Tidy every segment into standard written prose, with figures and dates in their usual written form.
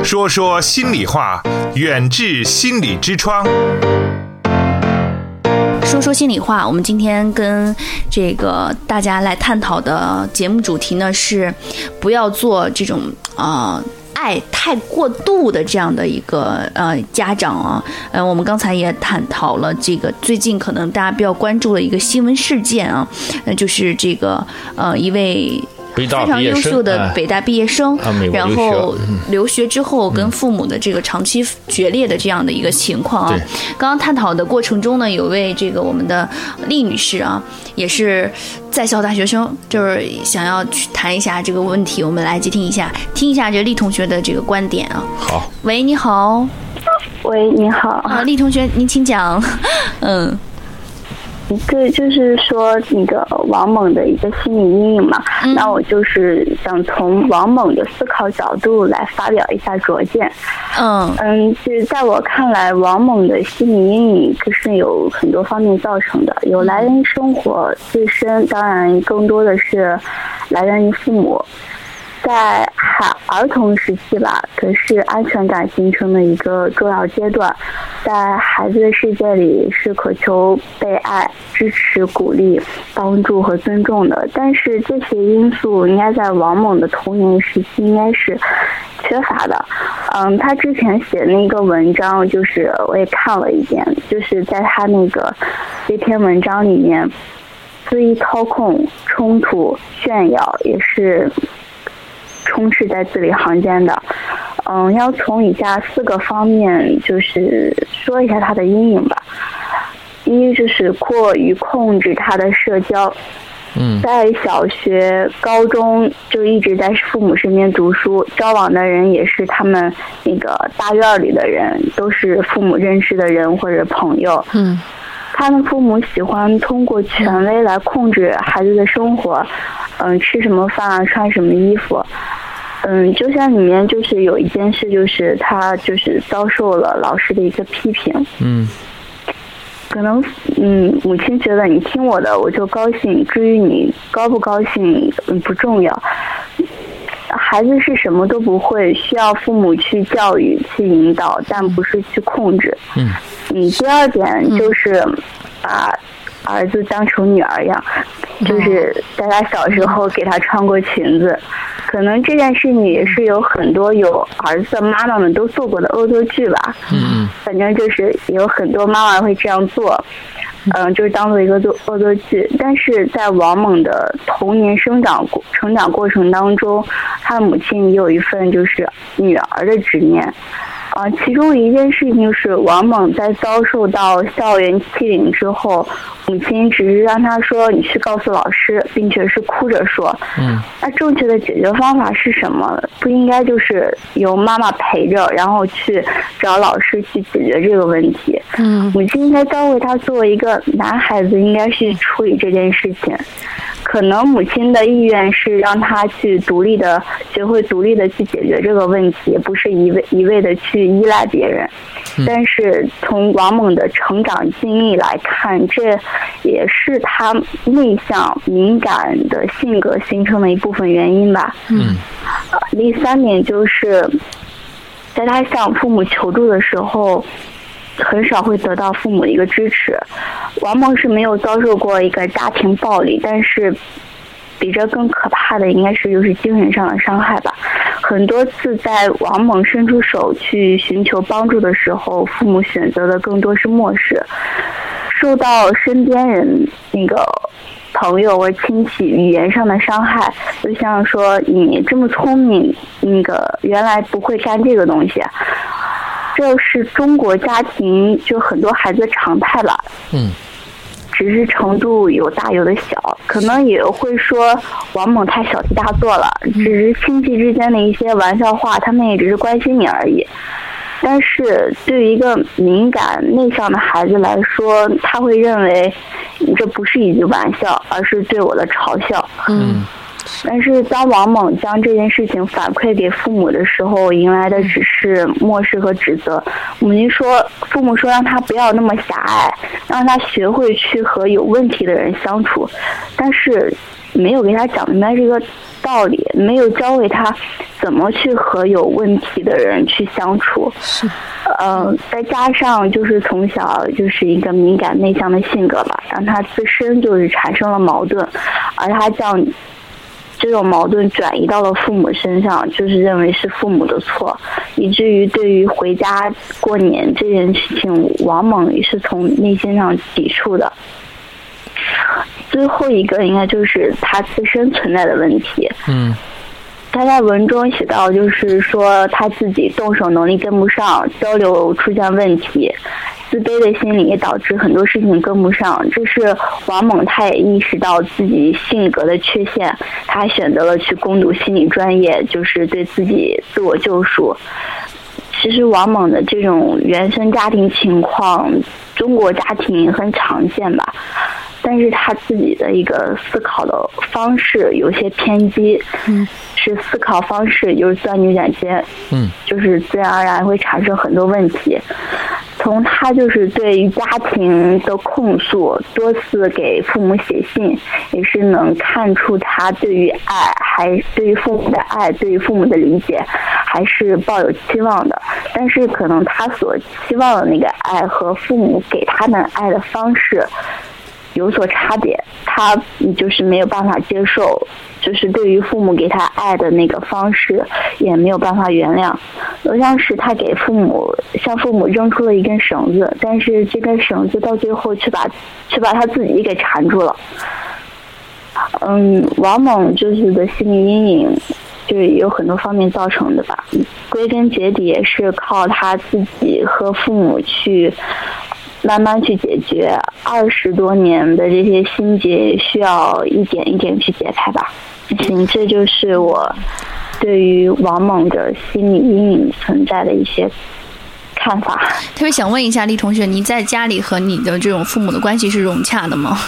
说说心里话，远至心理之窗。 说说心里话，我们今天跟这个大家来探讨的节目主题呢是不要做这种爱太过度的这样的一个家长啊。我们刚才也探讨了这个最近可能大家比较关注的一个新闻事件啊，就是这个一位非常优秀的北大毕业生，然后留学之后跟父母的这个长期决裂的这样的一个情况啊。刚刚探讨的过程中呢，有位这个我们的厉女士啊，也是在校大学生，就是想要去谈一下这个问题，我们来接听一下，听一下这厉同学的这个观点啊。 好， 喂，你好。 喂，你好。 厉同学，您请讲。 对，就是说那个王猛的一个心理阴影嘛，那我就是想从王猛的思考角度来发表一下拙见。就是在我看来，王猛的心理阴影是有很多方面造成的，有来源于生活自身，当然更多的是来源于父母。在儿童时期吧，可是安全感形成的一个重要阶段，在孩子的世界里是渴求被爱、支持、鼓励、帮助和尊重的。但是这些因素应该在王猛的童年时期应该是缺乏的。他之前写那个文章，就是我也看了一遍，就是在他这篇文章里面，肆意操控、冲突、炫耀也是充斥在字里行间的。要从以下4个方面就是说一下他的阴影吧。一就是过于控制他的社交，在小学、高中就一直在父母身边读书，交往的人也是他们那个大院里的人，都是父母认识的人或者朋友。他们父母喜欢通过权威来控制孩子的生活，吃什么饭，穿什么衣服。就像里面就是有一件事，就是他就是遭受了老师的一个批评。可能母亲觉得你听我的我就高兴，至于你高不高兴不重要。孩子是什么都不会，需要父母去教育、去引导，但不是去控制。第二点就是把儿子当成女儿样，就是在他小时候给他穿过裙子。可能这件事情也是有很多有儿子的妈妈们都做过的恶作剧吧。反正就是有很多妈妈会这样做，就是当做一个恶作剧。但是在王猛的童年成长过程当中，他的母亲也有一份就是女儿的执念。其中一件事情就是王猛在遭受到校园欺凌之后，母亲只是让他说你去告诉老师，并且是哭着说。那正确的解决方法是什么？不应该就是由妈妈陪着，然后去找老师去解决这个问题。母亲应该教会他作为一个男孩子应该去处理这件事情。可能母亲的意愿是让他去学会独立的去解决这个问题，不是一味的去依赖别人。但是从王猛的成长经历来看，这也是他内向敏感的性格形成的一部分原因吧。第3点就是在他向父母求助的时候，很少会得到父母的一个支持。王猛是没有遭受过一个家庭暴力，但是比这更可怕的应该是就是精神上的伤害吧。很多次在王猛伸出手去寻求帮助的时候，父母选择的更多是漠视，受到身边人朋友或亲戚语言上的伤害，就像说你这么聪明，原来不会干这个东西。这是中国家庭就很多孩子的常态吧。只是程度有大有的小，可能也会说王猛太小题大做了，只是亲戚之间的一些玩笑话，他们也只是关心你而已。但是对于一个敏感内向的孩子来说，他会认为这不是一句玩笑，而是对我的嘲笑。但是当王猛将这件事情反馈给父母的时候，迎来的只是漠视和指责。父母说让他不要那么狭隘，让他学会去和有问题的人相处，但是没有给他讲明白这个道理，没有教会他怎么去和有问题的人去相处。再加上就是从小就是一个敏感内向的性格吧，让他自身就是产生了矛盾，而他将这种矛盾转移到了父母身上，就是认为是父母的错，以至于对于回家过年这件事情，王猛也是从内心上抵触的。最后一个应该就是他自身存在的问题。他在文中写到，就是说他自己动手能力跟不上，交流出现问题，自卑的心理也导致很多事情跟不上。这是王猛他也意识到自己性格的缺陷，他选择了去攻读心理专业，就是对自己自我救赎。其实王猛的这种原生家庭情况，中国家庭很常见吧，但是他自己的一个思考的方式有些偏激，是思考方式就是钻牛角尖，就是自然而然会产生很多问题。从他就是对于家庭的控诉，多次给父母写信，也是能看出他对于爱，还对于父母的爱，对于父母的理解，还是抱有期望的。但是可能他所期望的那个爱和父母给他的爱的方式有所差别，他就是没有办法接受，就是对于父母给他爱的那个方式也没有办法原谅。就像是他向父母扔出了一根绳子，但是这根绳子到最后却把他自己给缠住了。王猛就是的心理阴影就是有很多方面造成的吧，归根结底也是靠他自己和父母去慢慢去解决，20多年的这些心结需要一点一点去解开吧。行，这就是我对于王猛的心理阴影存在的一些看法。 特别想问一下厉同学，你在家里和你的这种父母的关系是融洽的吗？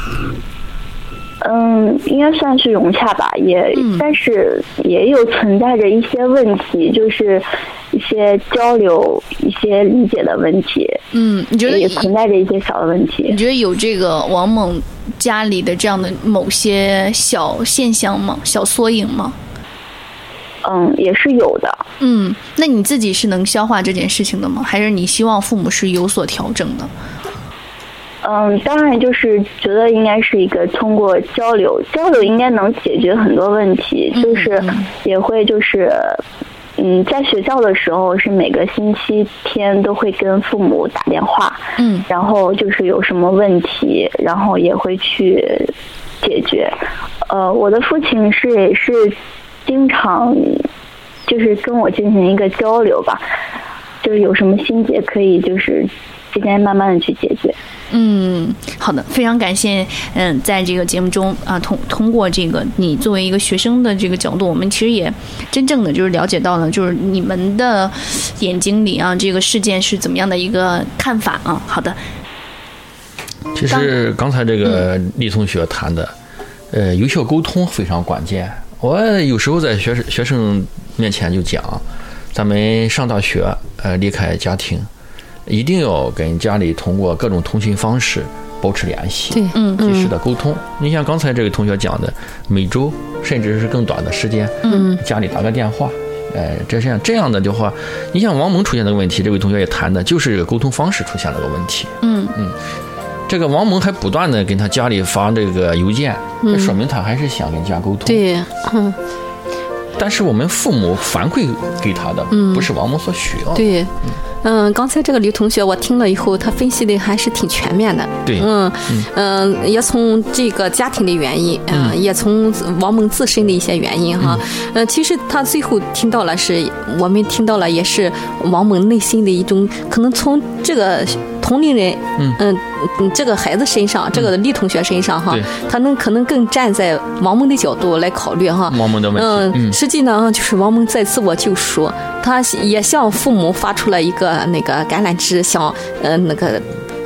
应该算是融洽吧，但是也有存在着一些问题，就是一些交流、一些理解的问题。 你觉得也存在着一些小的问题？ 你觉得有这个王猛家里的这样的某些小现象吗？小缩影吗？ 也是有的。 那你自己是能消化这件事情的吗？还是你希望父母是有所调整的？ 当然就是觉得应该是一个通过交流应该能解决很多问题，就是也会就是在学校的时候是每个星期天都会跟父母打电话，然后就是有什么问题，然后也会去解决。我的父亲也是经常就是跟我进行一个交流吧，就是有什么心结可以就是之间慢慢的去解决。 好的，非常感谢。在这个节目中啊，通过这个你作为一个学生的这个角度，我们其实也真正的就是了解到了，就是你们的眼睛里啊，这个事件是怎么样的一个看法啊。好的。 其实刚才这个厉同学谈的，有效沟通非常关键。我有时候在学生面前就讲，咱们上大学，离开家庭，一定要跟家里通过各种通讯方式保持联系，及时的沟通。你像刚才这个同学讲的，每周甚至是更短的时间，家里打个电话，这样的话，你像王猛出现的问题，这位同学也谈的就是这个沟通方式出现了个问题。这个王猛还不断的跟他家里发这个邮件，这说明他还是想跟家沟通。 对， 但是我们父母反馈给他的，不是王猛所需要的。 对。刚才这个吕同学我听了以后，他分析的还是挺全面的。 对， 也从这个家庭的原因，也从王猛自身的一些原因哈。其实他最后我们听到了，也是王猛内心的一种可能从这个同龄人，这个孩子身上，这个厉同学身上哈，他可能更站在王猛的角度来考虑哈。 王猛的问题， 实际呢，就是王猛在自我救赎，他也向父母发出了一个那个橄榄枝，想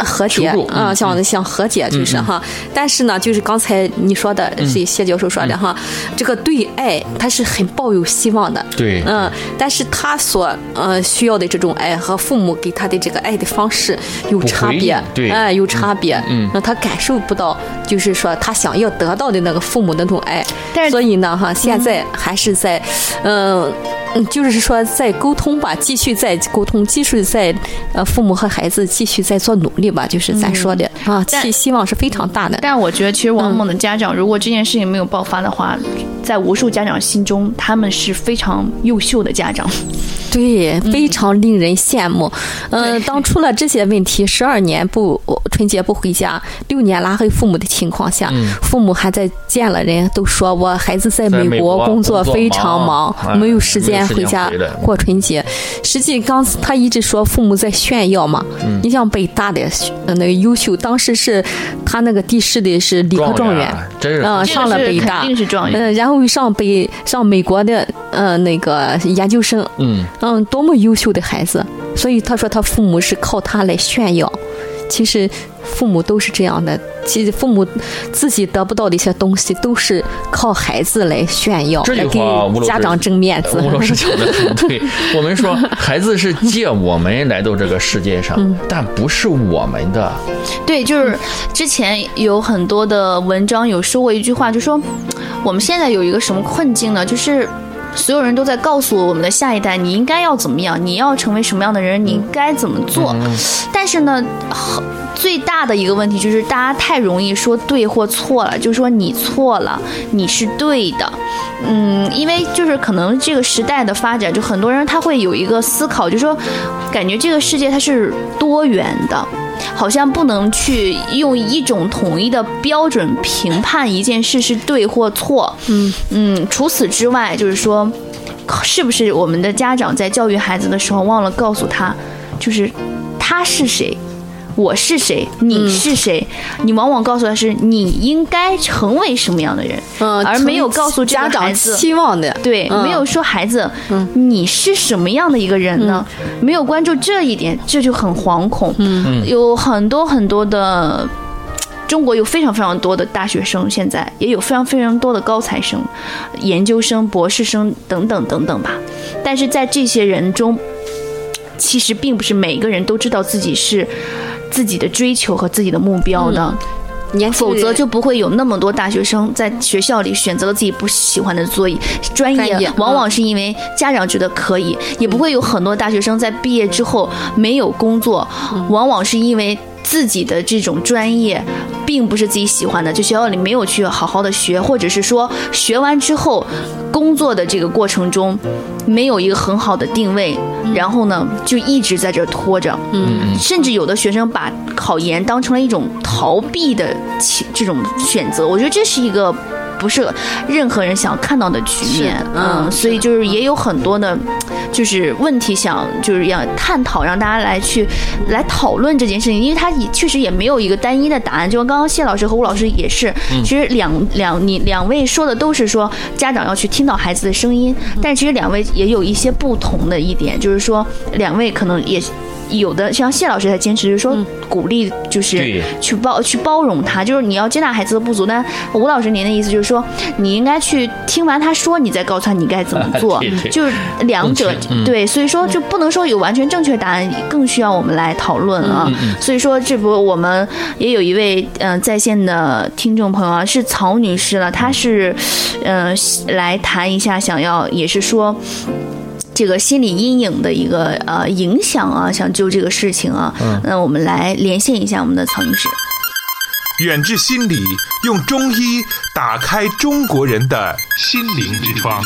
和解想和解就是哈。但是呢，就是刚才你说的，是谢教授说的哈，这个对爱他是很抱有希望的。 对， 但是他所需要的这种爱和父母给他的这个爱的方式有差别， 对， 有差别。那他感受不到，就是说他想要得到的那个父母的那种爱。所以呢，哈，现在还是在，就是说在沟通吧，继续在沟通，继续在父母和孩子继续在做努力吧，就是咱说的希望是非常大的。 但我觉得，其实王猛的家长，如果这件事情没有爆发的话，在无数家长心中，他们是非常优秀的家长。 对，非常令人羡慕。当出了这些问题，12年春节不回家，6年拉黑父母的情况下，父母还在见了人都说我孩子在美国工作非常忙，没有时间回家过春节。实际刚他一直说父母在炫耀嘛。你像北大的那个优秀，当时是他那个第10的是理科状元，上了北大，然后上美国的那个研究生，多么优秀的孩子。所以他说他父母是靠他来炫耀。其实父母都是这样的，其实父母自己得不到的一些东西都是靠孩子来炫耀， 这句话给家长争面子。 吴老师讲的很对。我们说孩子是借我们来到这个世界上，但不是我们的。 对，就是之前有很多的文章有说过一句话，就说我们现在有一个什么困境呢，就是所有人都在告诉我们的下一代，你应该要怎么样，你要成为什么样的人，你该怎么做。但是呢，最大的一个问题就是大家太容易说对或错了，就说你错了，你是对的。因为就是可能这个时代的发展，就很多人他会有一个思考，就说感觉这个世界它是多元的，好像不能去用一种统一的标准评判一件事是对或错。除此之外，就是说，是不是我们的家长在教育孩子的时候忘了告诉他，就是他是谁，我是谁，你是谁？你往往告诉他是你应该成为什么样的人，而没有告诉家长期望的。 对，没有说孩子，你是什么样的一个人呢？没有关注这一点，这就很惶恐。有很多很多的。中国有非常非常多的大学生，现在也有非常非常多的高材生、研究生、博士生等等等等吧。但是在这些人中，其实并不是每个人都知道自己是自己的追求和自己的目标的。否则就不会有那么多大学生在学校里选择了自己不喜欢的专业，往往是因为家长觉得可以，也不会有很多大学生在毕业之后没有工作，往往是因为自己的这种专业并不是自己喜欢的，就学校里没有去好好的学，或者是说学完之后工作的这个过程中没有一个很好的定位，然后呢就一直在这拖着。甚至有的学生把考研当成了一种逃避的这种选择，我觉得这是一个不是任何人想看到的局面。所以就是也有很多的就是问题想就是要探讨，让大家来讨论这件事情，因为它确实也没有一个单一的答案。就刚刚谢老师和吴老师也是，其实两位说的都是说家长要去听到孩子的声音，但其实两位也有一些不同的一点，就是说两位可能也有的像谢老师在坚持，就是说鼓励，就是去包容他，就是你要接纳孩子的不足。但吴老师您的意思就是说，你应该去听完他说，你再告诉他你该怎么做，就是两者对，所以说就不能说有完全正确答案，更需要我们来讨论啊。所以说这不我们也有一位在线的听众朋友啊，是曹女士了，她是来谈一下，想要也是说。这个心理阴影的一个影响啊，想就这个事情啊，那我们来连线一下我们的曹女士。 远志心理用中医打开中国人的心灵之窗。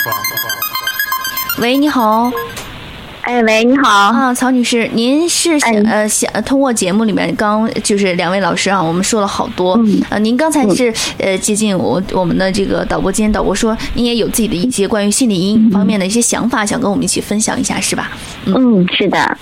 喂，你好。 喂，你好啊，曹女士，您是想通过节目里面刚就是两位老师啊，我们说了好多，您刚才是接近我们的这个导播间，导播说您也有自己的一些关于心理阴影方面的一些想法，想跟我们一起分享一下，是吧？ 是的，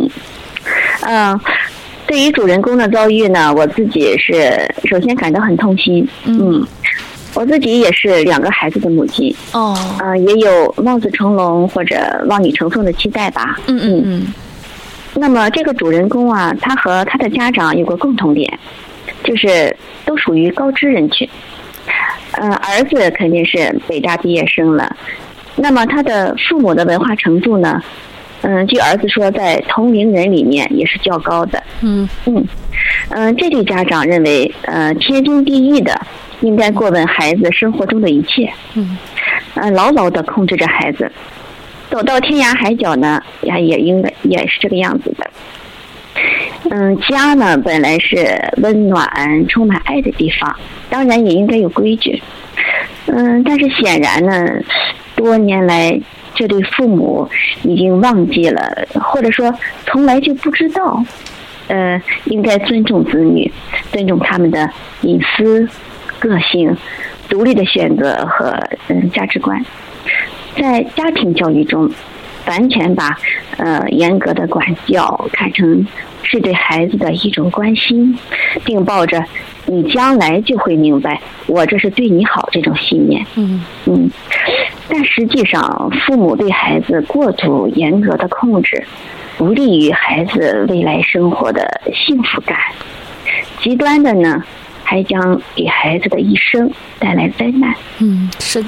对于主人公的遭遇呢，我自己是首先感到很痛心，我自己也是2个孩子的母亲，也有望子成龙或者望女成凤的期待吧， 那么这个主人公啊，他和他的家长有个共同点，就是都属于高知人群。儿子肯定是北大毕业生了，那么他的父母的文化程度呢？据儿子说，在同龄人里面也是较高的。这对家长认为，天经地义的应该过问孩子生活中的一切。牢牢的控制着孩子，走到天涯海角呢，也是这个样子的。家呢本来是温暖、充满爱的地方，当然也应该有规矩。但是显然呢，多年来这对父母已经忘记了，或者说从来就不知道，应该尊重子女，尊重他们的隐私、个性、独立的选择和价值观。在家庭教育中，完全把严格的管教看成是对孩子的一种关心，并抱着你将来就会明白，我这是对你好这种信念。但实际上，父母对孩子过度严格的控制，不利于孩子未来生活的幸福感。极端的呢，还将给孩子的一生带来灾难。 是的。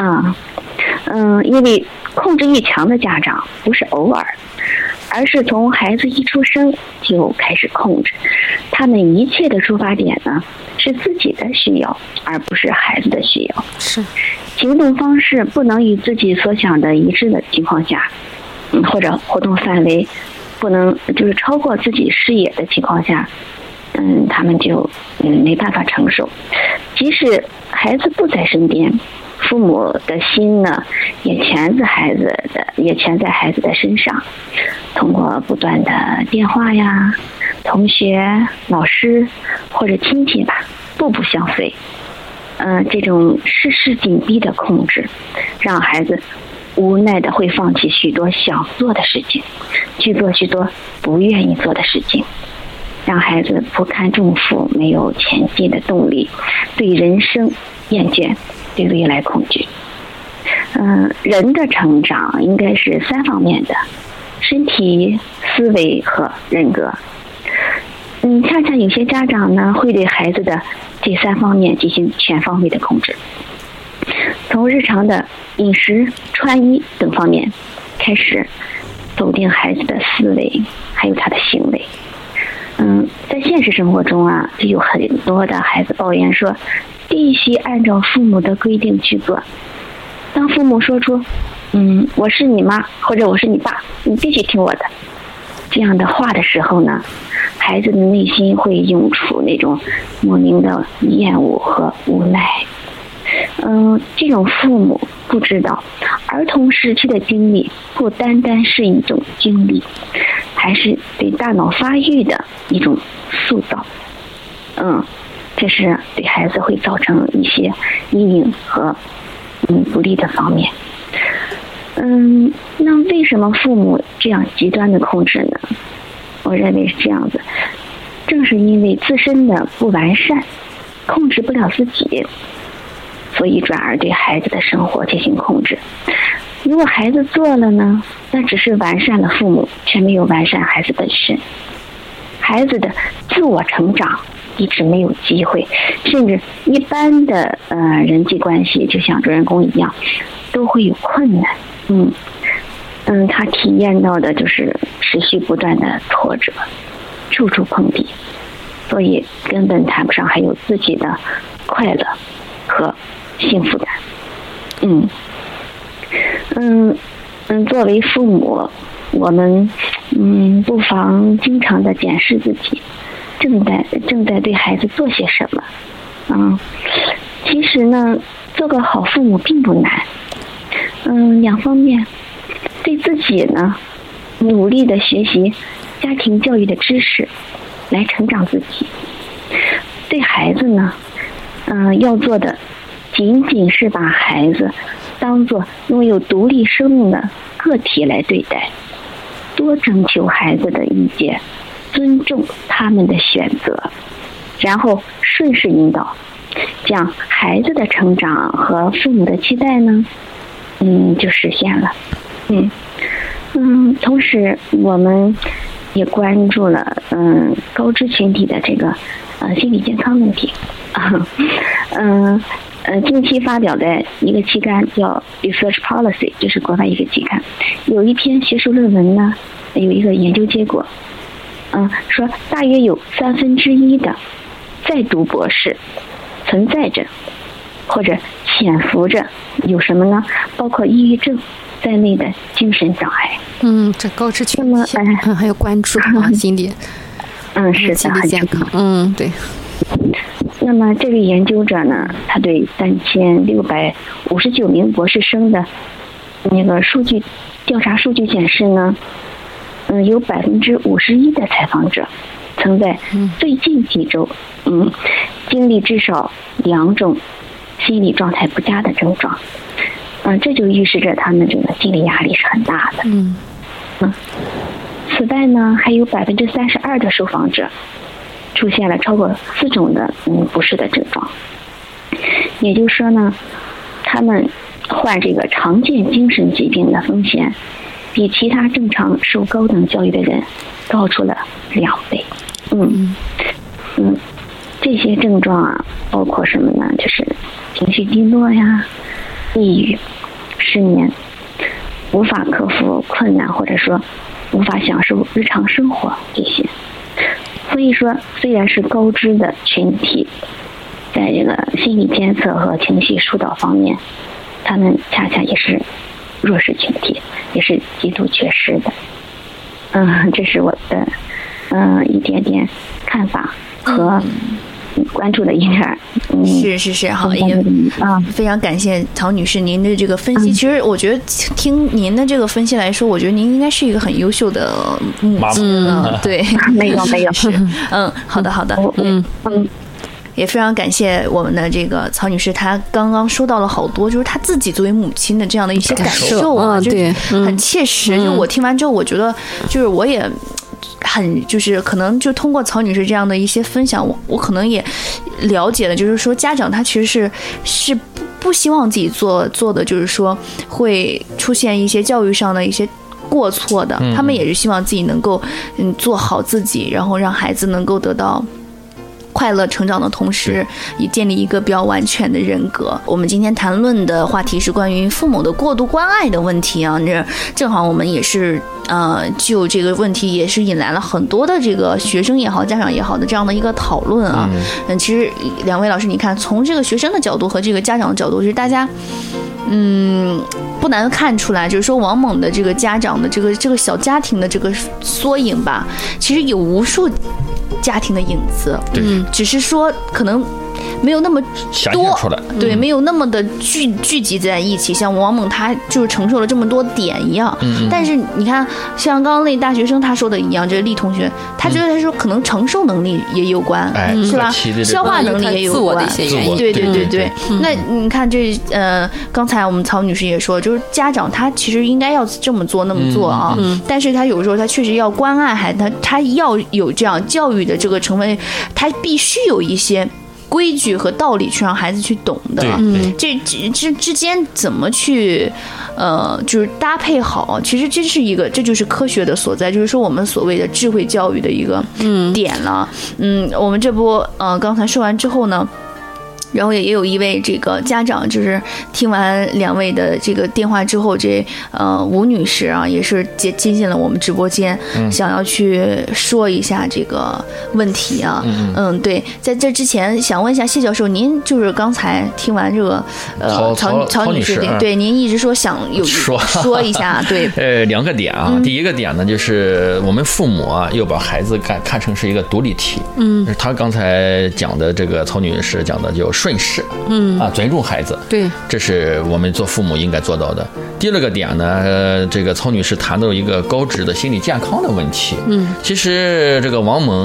因为控制欲强的家长不是偶尔，而是从孩子一出生就开始控制。他们一切的出发点呢，是自己的需要，而不是孩子的需要。 是。 行动方式不能与自己所想的一致的情况下，或者活动范围不能就是超过自己视野的情况下，他们就没办法承受。即使孩子不在身边，父母的心呢也全在孩子的身上，通过不断的电话呀、同学、老师或者亲戚吧，步步相随。这种事事紧逼的控制，让孩子无奈的会放弃许多想做的事情，去做许多不愿意做的事情，让孩子不堪重负，没有前进的动力，对人生厌倦，对未来恐惧。人的成长应该是3方面的：身体、思维和人格。恰恰有些家长呢，会对孩子的这3方面进行全方位的控制，从日常的饮食、穿衣等方面开始否定孩子的思维，还有他的行为。在现实生活中啊，就有很多的孩子抱怨说，必须按照父母的规定去做。当父母说出我是你妈或者我是你爸，你必须听我的这样的话的时候呢，孩子的内心会涌出那种莫名的厌恶和无奈。这种父母不知道，儿童时期的经历不单单是一种经历，还是对大脑发育的一种塑造。这是对孩子会造成一些阴影和不利的方面。那为什么父母这样极端的控制呢？我认为是这样子，正是因为自身的不完善，控制不了自己，所以转而对孩子的生活进行控制。如果孩子做了呢，那只是完善了父母，却没有完善孩子本身。孩子的自我成长一直没有机会，甚至一般的人际关系，就像主人公一样，都会有困难。他体验到的就是持续不断的挫折，处处碰壁，所以根本谈不上还有自己的快乐和幸福感。作为父母，我们不妨经常的检视自己正在对孩子做些什么。其实呢，做个好父母并不难。2方面，对自己呢，努力的学习家庭教育的知识，来成长自己；对孩子呢，要做的仅仅是把孩子当作拥有独立生命的个体来对待，多征求孩子的意见，尊重他们的选择，然后顺势引导，将孩子的成长和父母的期待呢，就实现了。同时我们也关注了高知群体的这个心理健康问题。近期发表的一个期刊叫 Research Policy， 就是国外一个期刊，有一篇学术论文呢，有一个研究结果，说大约有1/3的在读博士存在着或者潜伏着有什么呢？包括抑郁症在内的精神障碍。 这高知群体还有关注心理， 是的， 心理健康。对。 那么这位研究者呢，他对3659名博士生的那个调查数据显示呢，有51%的采访者曾在最近几周，经历至少2种心理状态不佳的症状。这就预示着他们这个心理压力是很大的。此外呢，还有32%的受访者出现了超过4种的不适的症状。也就是说呢，他们患这个常见精神疾病的风险比其他正常受高等教育的人高出了2倍。这些症状啊，包括什么呢？就是情绪低落呀、抑郁、失眠、无法克服困难，或者说无法享受日常生活这些。所以说，虽然是高知的群体，在这个心理监测和情绪疏导方面，他们恰恰也是弱势群体，也是极度缺失的。这是我的一点点看法和关注的一点。 是，好，也非常感谢曹女士您的这个分析。其实我觉得听您的这个分析来说，我觉得您应该是一个很优秀的母亲了。对， 没有， 是，好的，也非常感谢我们的这个曹女士，她刚刚说到了好多，就是她自己作为母亲的这样的一些感受啊， 对， 很切实。就我听完之后，我觉得就是我也就是可能就通过曹女士这样的一些分享，我可能也了解了，就是说家长他其实是不希望自己做的，就是说会出现一些教育上的一些过错的，他们也是希望自己能够做好自己，然后让孩子能够得到快乐成长的同时，也建立一个比较完全的人格。我们今天谈论的话题是关于父母的过度关爱的问题啊，这正好我们也是就这个问题也是引来了很多的这个学生也好、家长也好的这样的一个讨论啊。其实两位老师，你看从这个学生的角度和这个家长的角度，就是大家不难看出来，就是说王猛的这个家长的这个小家庭的这个缩影吧，其实有无数家庭的影子，只是说可能没有那么多出来， 对，没有那么的聚集在一起，像王猛他就是承受了这么多点一样。但是你看，像刚刚那大学生他说的一样，这个厉同学，他觉得他说可能承受能力也有关，是吧？消化能力也有关，对。那你看这刚才我们曹女士也说，就是家长他其实应该要这么做那么做啊，但是他有时候他确实要关爱孩子，他要有这样教育的这个成分，他必须有一些规矩和道理去让孩子去懂的。这之间怎么去就是搭配好，其实这就是科学的所在，就是说我们所谓的智慧教育的一个点了。我们这波刚才说完之后呢，然后也有一位这个家长，就是听完两位的这个电话之后，这吴女士啊，也是接进了我们直播间，想要去说一下这个问题啊。对，在这之前想问一下谢教授，您就是刚才听完这个曹女士对您一直说想有说一下，对两个点啊。第一个点呢，就是我们父母啊，又把孩子看成是一个独立体。他刚才讲的这个曹女士讲的就顺势，尊重孩子，对，这是我们做父母应该做到的。第二个点呢，这个曹女士谈到一个高质的心理健康的问题。其实这个王猛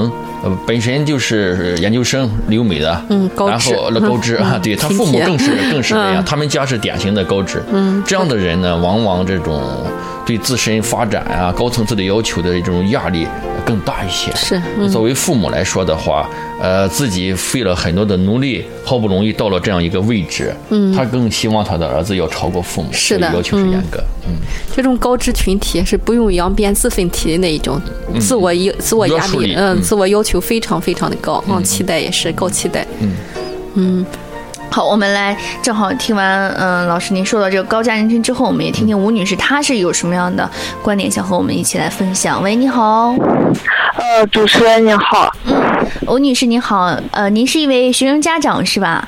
本身就是研究生留美的， 高知， 然后高知啊，对他父母更是这样，他们家是典型的高知，这样的人呢，往往这种对自身发展啊、高层次的要求的这种压力更大一些。 是， 作为父母来说的话，自己费了很多的努力，好不容易到了这样一个位置，他更希望他的儿子要超过父母， 是的， 要求是严格。 这种高知群体是不用扬鞭自奋体的那一种，自我压力，自我要求非常非常的高，期待也是高期待。 好，我们来正好听完老师您说到这个高价人群之后，我们也听听吴女士她是有什么样的观点想和我们一起来分享。喂，你好。 主持人您好。 吴女士您好，您是一位学生家长是吧？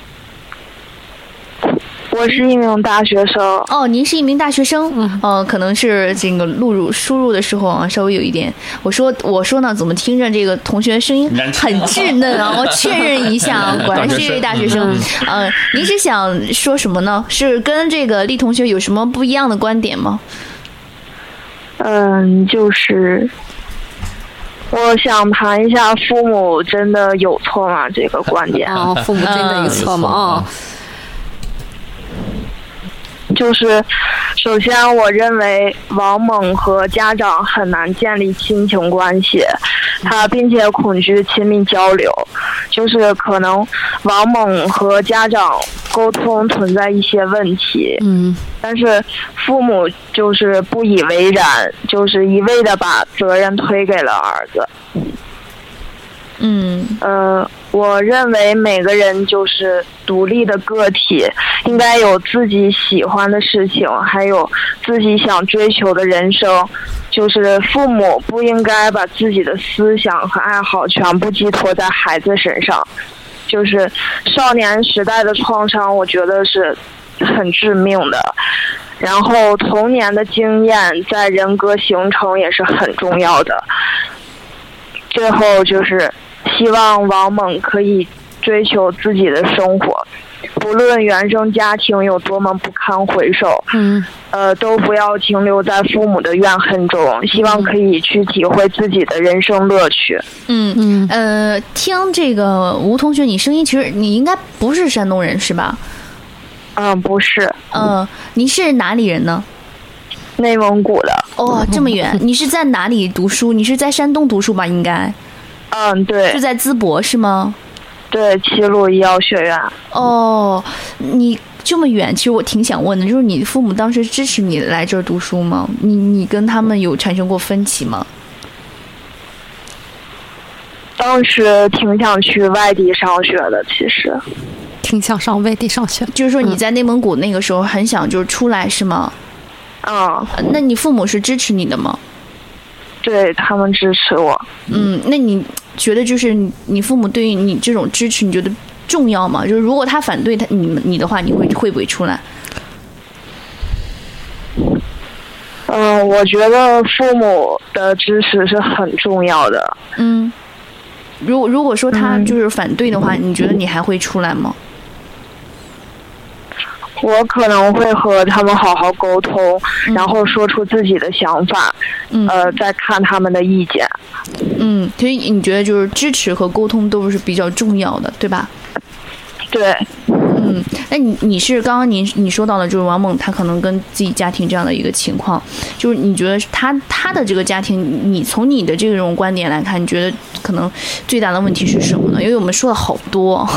我是一名大学生。 哦，您是一名大学生。可能是这个输入的时候啊，稍微有一点。我说呢，怎么听着这个同学声音很稚嫩啊？我确认一下，果然是一位大学生。您是想说什么呢？是跟这个厉同学有什么不一样的观点吗？ 就是我想谈一下父母真的有错吗？这个观点。 父母真的有错吗？ 就是首先我认为王猛和家长很难建立亲情关系，他并且恐惧亲密交流，就是可能王猛和家长沟通存在一些问题，但是父母就是不以为然，就是一味的把责任推给了儿子。我认为每个人就是独立的个体，应该有自己喜欢的事情，还有自己想追求的人生。就是父母不应该把自己的思想和爱好全部寄托在孩子身上。就是少年时代的创伤，我觉得是很致命的。然后童年的经验在人格形成也是很重要的。最后就是希望王猛可以追求自己的生活，不论原生家庭有多么不堪回首，都不要停留在父母的怨恨中，希望可以去体会自己的人生乐趣。 听这个吴同学，你声音其实你应该不是山东人是吧？ 不是。 你是哪里人呢？ 内蒙古的。 这么远。你是在哪里读书？你是在山东读书吧？应该。 对。 是在淄博是吗？ 对，齐鲁医药学院。 你这么远，其实我挺想问的，就是你父母当时支持你来这儿读书吗？你跟他们有产生过分歧吗？ 当时挺想去外地上学的，其实。 挺想上外地上学， 就是说你在内蒙古那个时候很想就是出来是吗？那你父母是支持你的吗？ 对，他们支持我。 那你觉得就是你父母对于你这种支持，你觉得重要吗？就是如果他反对你的话，你会不会出来？ 我觉得父母的支持是很重要的。 如果说他就是反对的话，你觉得你还会出来吗？ 我可能会和他们好好沟通，然后说出自己的想法，再看他们的意见。 所以你觉得就是支持和沟通都是比较重要的，对吧？ 对。 那你是刚刚你说到的，就是王猛他可能跟自己家庭这样的一个情况，就是你觉得他的这个家庭，你从你的这种观点来看，你觉得可能最大的问题是什么呢？因为我们说了好多，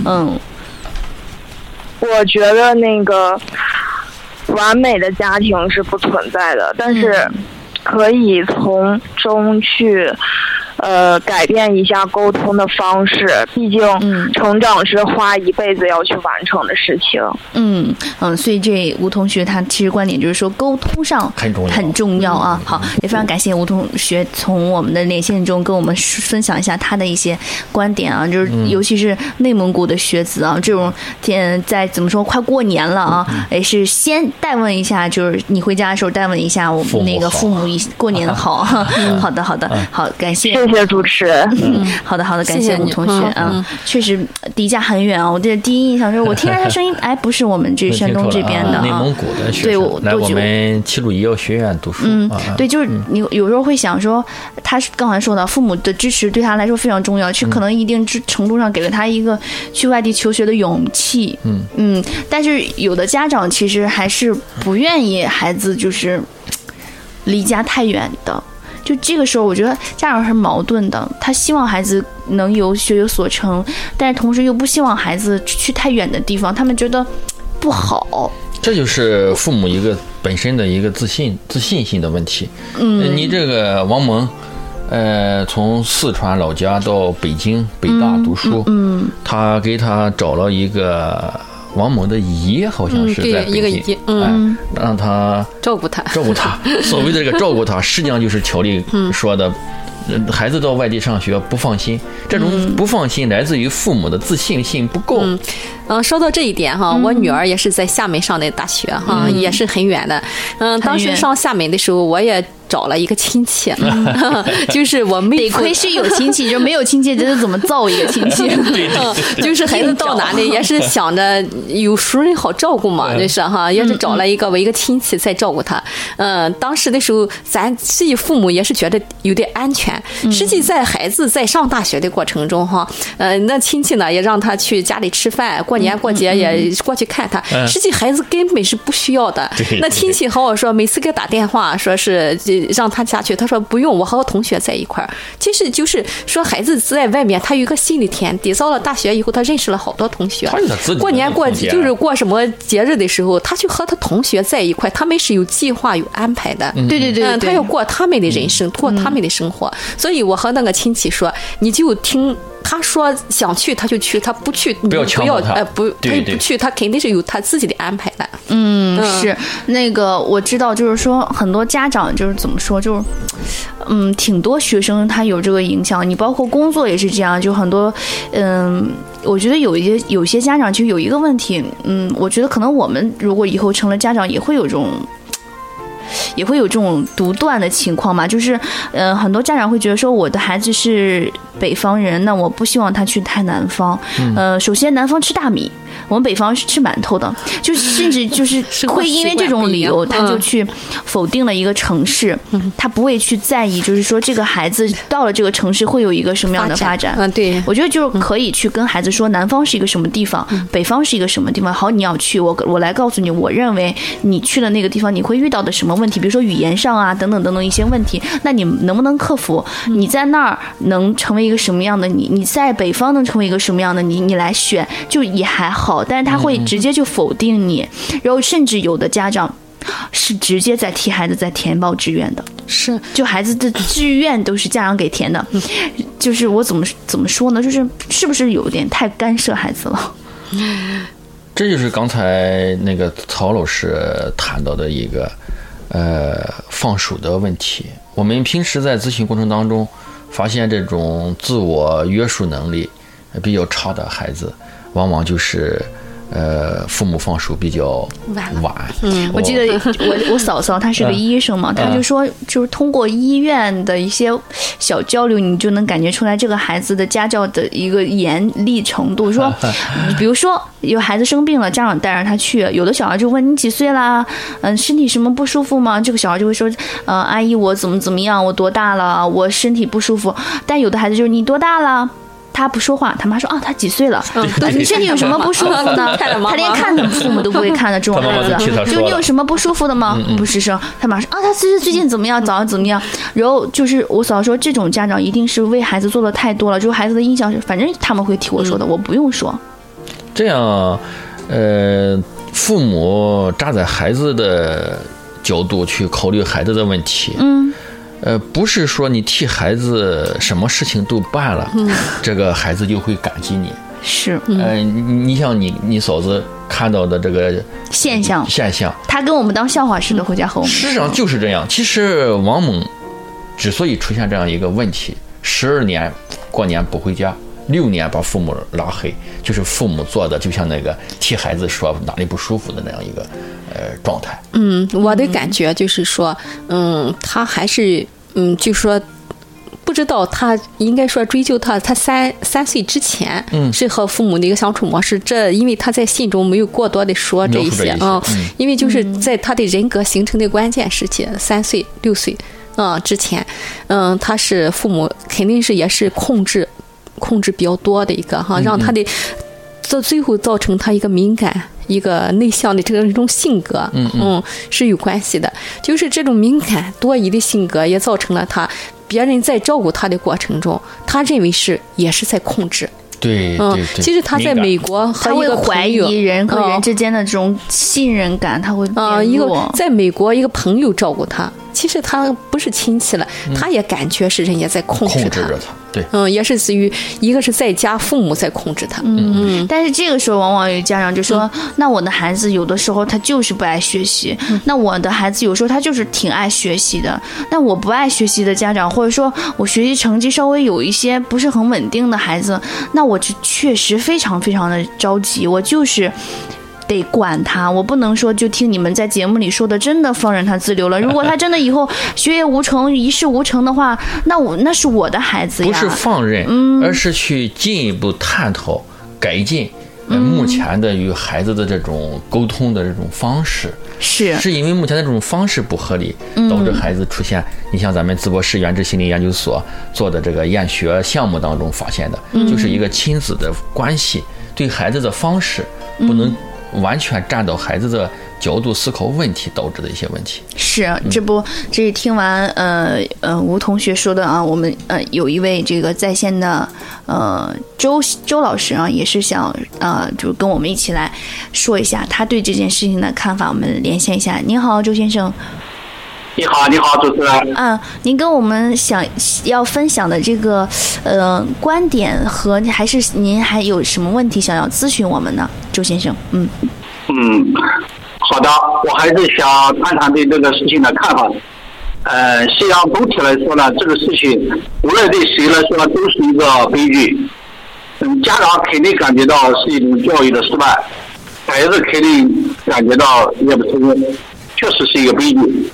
我觉得那个完美的家庭是不存在的，但是可以从中去改变一下沟通的方式，毕竟成长是花一辈子要去完成的事情。 所以这吴同学他其实观点就是说沟通上很重要啊。好，也非常感谢吴同学从我们的连线中跟我们分享一下他的一些观点啊，就是尤其是内蒙古的学子啊，这种在怎么说快过年了啊，也是先代问一下，就是你回家的时候代问一下我们那个父母过年好。好的，好，感谢。 谢主持。 好的，感谢吴同学啊，确实离家很远啊。我这第一印象就是我听着他声音，哎，不是我们这山东这边的， 内蒙古的学生，来我们齐鲁医药学院读书。 对，就是你有时候会想说，他刚才说到父母的支持对他来说非常重要，去可能一定程度上给了他一个去外地求学的勇气。但是有的家长其实还是不愿意孩子就是离家太远的。就这个时候我觉得家长是矛盾的，他希望孩子能学有所成，但是同时又不希望孩子去太远的地方，他们觉得不好。 这就是父母一个本身的一个自信心的问题。你这个王蒙从四川老家到北大读书，他给他找了一个王蒙的姨，好像是在北京， 一个姨， 让他照顾他。 所谓的这个照顾他，实际上就是条例说的，孩子到外地上学不放心，这种不放心来自于父母的自信心不够。 说到这一点哈，我女儿也是在厦门上的大学哈，也是很远的。当时上厦门的时候，我也找了一个亲戚，就是我妹得亏是有亲戚，就没有亲戚这是怎么造一个亲戚？ 就是孩子到哪里也是想着有熟人好照顾嘛，就是哈，也是找了一个亲戚在照顾他。当时的时候，咱自己父母也是觉得有点安全。实际在孩子在上大学的过程中哈，那亲戚呢也让他去家里吃饭，过年过节也过去看他。实际孩子根本是不需要的。那亲戚和我说，每次给打电话说是让他下去，他说不用，我和我同学在一块儿。其实就是说，孩子在外面，他有一个心理天地。到了大学以后，他认识了好多同学。过年过节就是过什么节日的时候，他去和他同学在一块，他们是有计划、有安排的。 对， 他要过他们的人生，过他们的生活。所以我和那个亲戚说，你就听。他说想去他就去，他不去不要强迫他。 他不去，他肯定是有他自己的安排的。 是那个我知道，就是说很多家长就是怎么说，就是挺多学生他有这个影响。你包括工作也是这样，就很多我觉得有些家长就有一个问题，我觉得可能我们如果以后成了家长，也会有这种独断的情况嘛，就是很多家长会觉得说，我的孩子是北方人，那我不希望他去太南方。首先南方吃大米，我们北方是吃馒头的，就甚至就是会因为这种理由，他就去否定了一个城市，他不会去在意，就是说这个孩子到了这个城市会有一个什么样的发展。 对， 我觉得就是可以去跟孩子说，南方是一个什么地方，北方是一个什么地方。好，你要去，我来告诉你，我认为你去了那个地方，你会遇到的什么问题，比如说语言上啊，等等一些问题，那你能不能克服？你在那儿能成为一个什么样的你在北方能成为一个什么样的你来选，就也还好。但是他会直接就否定你，然后甚至有的家长是直接在替孩子在填报志愿的， 是就孩子的志愿都是家长给填的。就是我怎么说呢，是不是有点太干涉孩子了？ 这就是刚才那个曹老师谈到的一个放手的问题。我们平时在咨询过程当中发现，这种自我约束能力比较差的孩子，往往就是父母放手比较晚。 我记得我嫂嫂她是个医生嘛，她就说，就是通过医院的一些小交流，你就能感觉出来这个孩子的家教的一个严厉程度。说，比如说有孩子生病了，家长带着他去，有的小孩就问你几岁啦，身体什么不舒服吗？这个小孩就会说，阿姨我怎么样，我多大了，我身体不舒服。但有的孩子就是你多大了？他不说话，他妈说他几岁了？你身体有什么不舒服呢？他连看父母都不会看的这种孩子，就你有什么不舒服的吗？不吱声。他妈说他最近怎么样？早上怎么样？然后就是我嫂说，这种家长一定是为孩子做的太多了，就是孩子的印象是，反正他们会替我说的，我不用说。 这样，父母站在孩子的角度去考虑孩子的问题，不是说你替孩子什么事情都办了，这个孩子就会感激你。 是， 你像你嫂子看到的这个现象， 他跟我们当笑话似的回家和我们。 实际上就是这样。其实王蒙之所以出现这样一个问题，12年过年不回家，6年把父母拉黑，就是父母做的就像那个替孩子说哪里不舒服的那样一个状态。我的感觉就是说，他还是就说不知道他应该说追究他三岁之前是和父母的一个相处模式，这因为他在信中没有过多的说这一些因为就是在他的人格形成的关键时期，3岁6岁之前，他是父母肯定是也是控制比较多的一个让他的到最后造成他一个敏感、一个内向的这种性格，是有关系的。就是这种敏感多疑的性格，也造成了他别人在照顾他的过程中，他认为也是在控制。 对， 其实他在美国和一个怀疑人和人之间的这种信任感，他会一个在美国一个朋友照顾他，其实他不是亲戚了，他也感觉是人家在控制他。 对， 也是至于一个是在家父母在控制他， 但是这个时候往往有家长就说，那我的孩子有的时候他就是不爱学习，那我的孩子有时候他就是挺爱学习的，那我不爱学习的家长，或者说我学习成绩稍微有一些不是很稳定的孩子，那我就确实非常非常的着急，我就是得管他，我不能说就听你们在节目里说的真的放任他自流了。如果他真的以后学业无成、一事无成的话，那是我的孩子呀。 不是放任，而是去进一步探讨改进目前的与孩子的这种沟通的这种方式。是因为目前的这种方式不合理，导致孩子出现你像咱们淄博市原治心理研究所做的这个厌学项目当中发现的，就是一个亲子的关系对孩子的方式不能完全站到孩子的角度思考问题导致的一些问题。 是，这是听完吴同学说的啊，我们有一位这个在线的周老师啊，也是想就跟我们一起来说一下他对这件事情的看法，我们连线一下。您好，周先生。 你好，主持人。 您跟我们要分享的这个观点和还是您还有什么问题想要咨询我们呢，周先生？ 好的，我还是想谈谈对这个事情的看法。实际上总体来说呢，这个事情无论对谁来说都是一个悲剧。家长肯定感觉到是一种教育的失败，孩子肯定感觉到也不成功，确实是一个悲剧。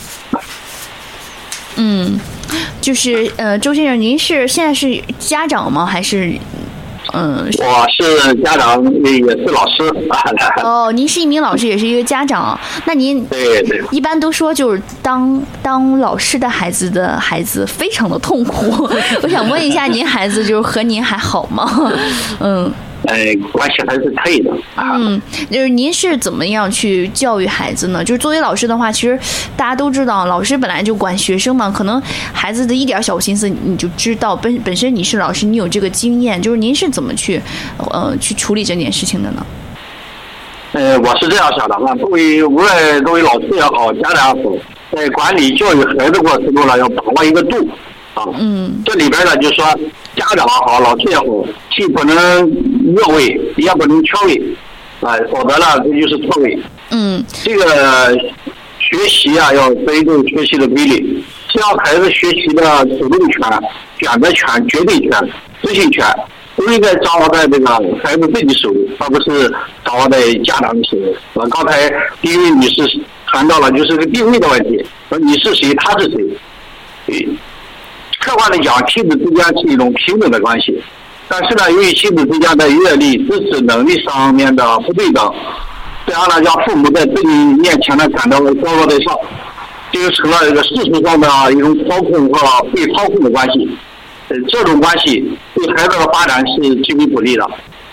就是周先生，您现在是家长吗？还是我是家长，也是老师。 您是一名老师，也是一个家长。那您对一般都说就是当老师的孩子非常的痛苦。我想问一下，您孩子就是和您还好吗？ 关系还是可以的。 就是您是怎么样去教育孩子呢？就是作为老师的话，其实大家都知道，老师本来就管学生嘛，可能孩子的一点小心思你就知道。本身你是老师，你有这个经验，就是您是怎么去处理这件事情的呢？ 我是这样想的啊，无论作为老师也好，家长也好，在管理教育孩子过程中呢，要把握一个度。这里边呢，就是说家长也好，老师也好，既不能越位，也不能缺位，否则呢，这就是错位。这个学习啊，要尊重学习的规律，让孩子学习的主动权、选择权、决定权、执行权都应该掌握在这个孩子自己手里，而不是掌握在家长的手里。刚才第一位女士谈到了就是个定位的问题，说你是谁，他是谁。客观的讲，亲子之间是一种平等的关系，但是呢，由于亲子之间的阅历、知识、能力上面的不对等，这样呢，让父母在自己面前呢感到高高在上，就成了一个事实上的一种操控和被操控的关系。这种关系对孩子的发展是极为不利的。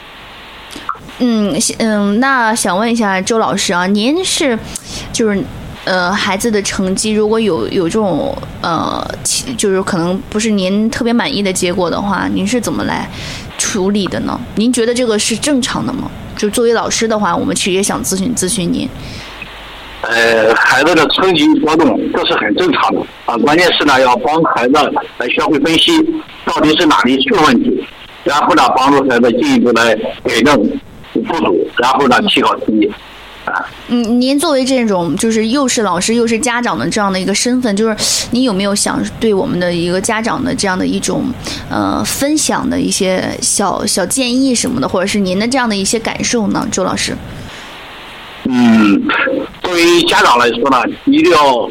那想问一下周老师啊，您是就是孩子的成绩如果有这种就是可能不是您特别满意的结果的话，您是怎么来处理的呢？您觉得这个是正常的吗？就作为老师的话，我们其实也想咨询您。 孩子的成绩波动这是很正常的啊，关键是呢要帮孩子来学会分析到底是哪里出问题，然后呢帮助孩子进一步来改正不足，然后呢提高成绩。 您作为这种就是又是老师又是家长的这样的一个身份，就是您有没有想对我们的一个家长的这样的一种分享的一些小建议什么的，或者是您的这样的一些感受呢，周老师？ 作为家长来说呢，一定要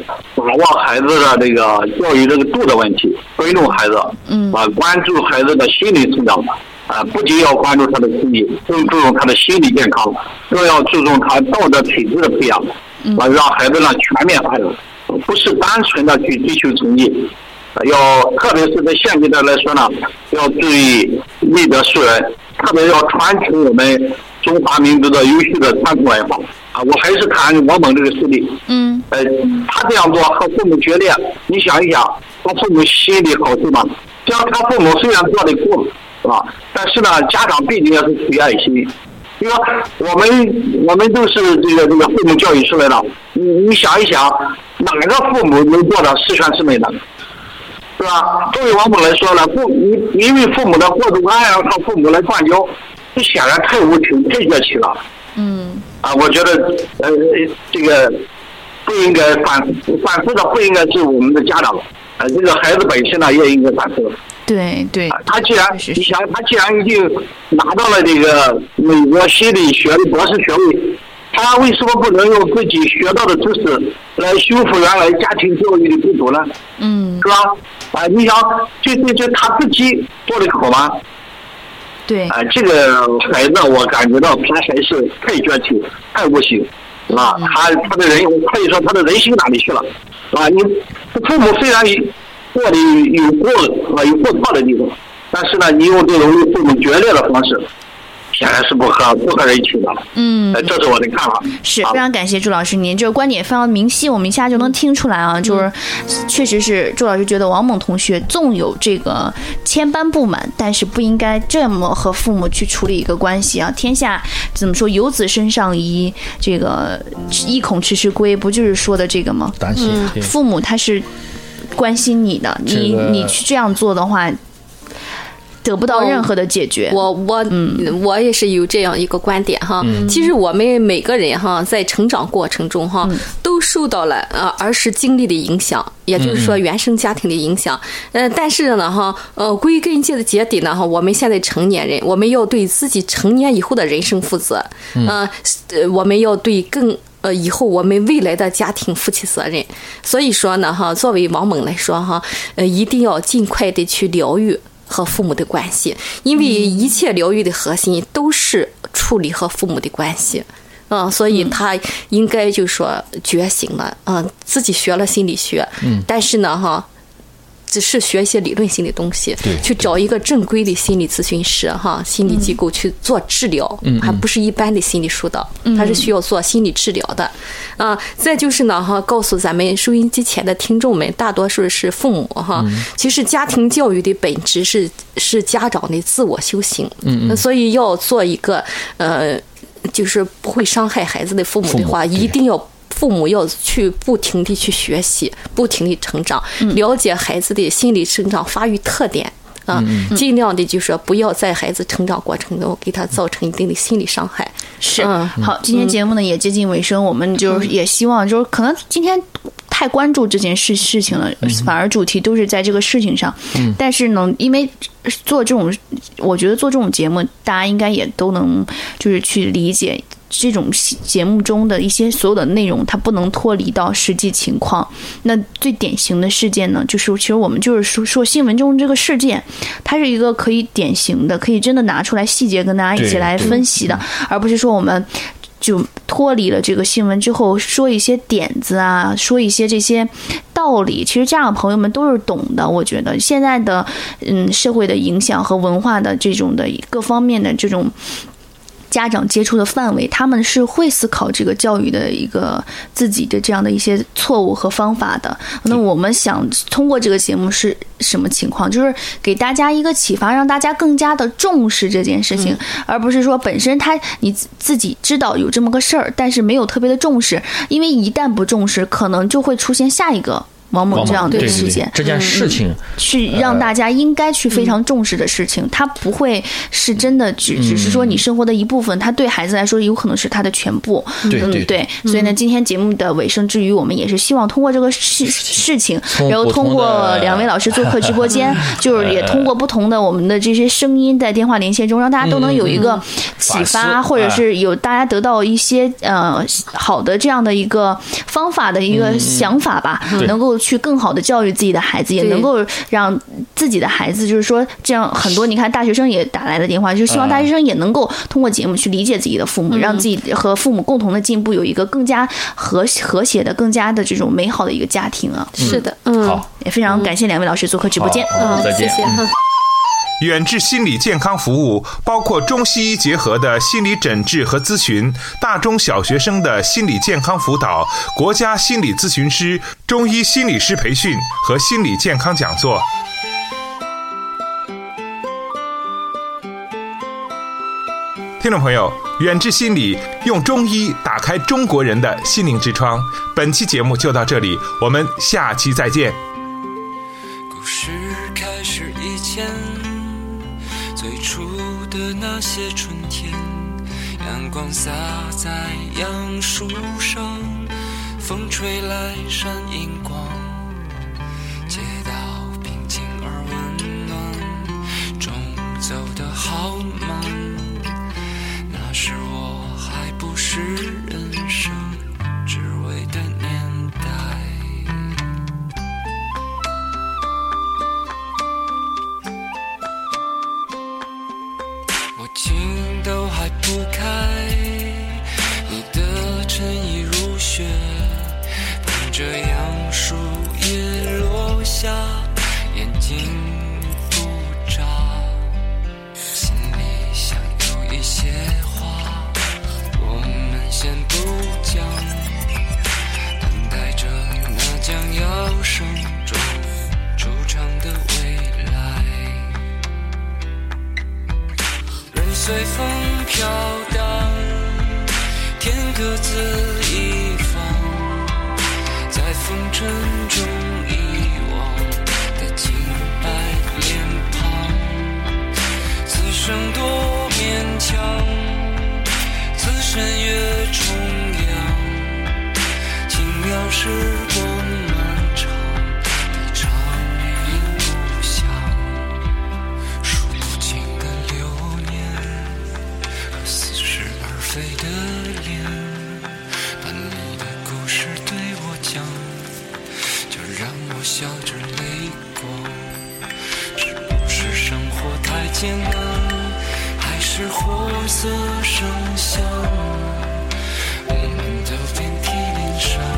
握孩子的这个教育这个度的问题，尊重孩子，关注孩子的心理成长，不仅要关注他的心理，更注重他的心理健康，更要注重他道德品质的培养，让孩子呢全面发展，不是单纯的去追求成绩，特别是在现阶段来说呢，要注意立德树人，特别要传承我们中华民族的优秀的传统文化我还是谈王猛这个事例，他这样做和父母决裂，你想一想，他父母心里好受吗？这样他父母虽然做得过，是吧？但是呢，家长毕竟也是出于爱心，因为我们都是这个父母教育出来的，你想一想，哪个父母能做到十全十美的？是吧？作为王猛来说呢，因为父母的过度爱靠父母来灌浇，这显然太无情、太绝情了。我觉得这个不应该反复的，不应该是我们的家长，这个孩子本身呢也应该反复。 对， 他既然你想，他既然已经拿到了这个美国心理学的博士学位，他为什么不能用自己学到的知识来修复原来家庭教育的不足呢？是吧？你想，这他自己做得好吗？ 对， 这个孩子我感觉到他还是太绝情、太无情，他的人可以说他的人性哪里去了？你父母虽然过得有过错的地方，但是呢，你用这种父母决裂的方式，显然是不合人情的。这是我的看法。 是非常感谢朱老师，您这个观点非常明晰，我们一下就能听出来啊，就是确实是朱老师觉得王猛同学纵有这个千般不满，但是不应该这么和父母去处理一个关系啊。天下怎么说，游子身上衣，这个一孔迟迟归，不就是说的这个吗？父母他是关心你的，你去这样做的话，得不到任何的解决。 我也是有这样一个观点哈。其实我们每个人哈，在成长过程中哈，都受到了儿时经历的影响，也就是说原生家庭的影响。但是呢哈，归根结底呢哈，我们现在成年人，我们要对自己成年以后的人生负责。我们要对以后我们未来的家庭负起责任。所以说呢哈，作为王猛来说哈，一定要尽快的去疗愈和父母的关系，因为一切疗愈的核心都是处理和父母的关系。所以他应该就说觉醒了，自己学了心理学，但是呢哈，只是学一些理论性的东西，去找一个正规的心理咨询师哈，心理机构去做治疗，还不是一般的心理疏导，他是需要做心理治疗的。再就是呢哈，告诉咱们收音机前的听众们，大多数是父母哈，其实家庭教育的本质是家长的自我修行，所以要做一个就是不会伤害孩子的父母的话，一定要父母要去不停地去学习，不停地成长，了解孩子的心理成长发育特点尽量的就是不要在孩子成长过程中给他造成一定的心理伤害。 是，好，今天节目呢也接近尾声，我们就是也希望就是可能今天太关注这件事情了，反而主题都是在这个事情上。但是呢，因为做这种，我觉得做这种节目，大家应该也都能就是去理解。这种节目中的一些所有的内容，它不能脱离到实际情况。那最典型的事件呢，就是其实我们就是说新闻中这个事件，它是一个可以典型的，可以真的拿出来细节跟大家一起来分析的，而不是说我们就脱离了这个新闻之后说一些点子啊，说一些这些道理。其实家长朋友们都是懂的，我觉得现在的社会的影响和文化的这种的各方面的这种家长接触的范围，他们是会思考这个教育的一个自己的这样的一些错误和方法的。那我们想通过这个节目是什么情况，就是给大家一个启发，让大家更加的重视这件事情，而不是说本身你自己知道有这么个事儿，但是没有特别的重视，因为一旦不重视，可能就会出现下一个王猛这样的事件， 这件事情是让大家应该去非常重视的事情，它不会是真的只是说你生活的一部分，它对孩子来说有可能是他的全部。对，所以呢，今天节目的尾声之余，我们也是希望通过这个事情，然后通过两位老师做客直播间，就是也通过不同的我们的这些声音在电话连线中，让大家都能有一个启发，或者是有大家得到一些好的这样的一个方法的一个想法吧，能够去更好的教育自己的孩子，也能够让自己的孩子，就是说这样很多你看大学生也打来的电话，就希望大学生也能够通过节目去理解自己的父母，让自己和父母共同的进步，有一个更加和谐的、更加的这种美好的一个家庭啊。 是的， 好， 也非常感谢两位老师做客直播间， 再见。 谢谢。 远志心理健康服务包括中西医结合的心理诊治和咨询，大中小学生的心理健康辅导，国家心理咨询师、中医心理师培训和心理健康讲座。听众朋友，远志心理用中医打开中国人的心灵之窗。本期节目就到这里，我们下期再见。 故事开始以前，最初的那些春天，阳光洒在杨树上，风吹来闪银光，街道平静而温暖，钟走得好慢，那时我还不是人生只为的年代。我情都还不开，你的衬衣如雪，伴着杨树叶落下，眼睛不眨，心里想有一些话我们先不讲，等待着那将要生中惆怅的未来。人随风飘荡，天各自一方，在风尘中遗忘的清白脸庞，此生多勉强，此身越重阳，轻描时光漫长，一场云不响，数不清的流年和似是而非的脸，把你的故事对我讲，就让我笑着泪光。是不是生活太艰难，还是活色生香，我们都遍体鳞伤。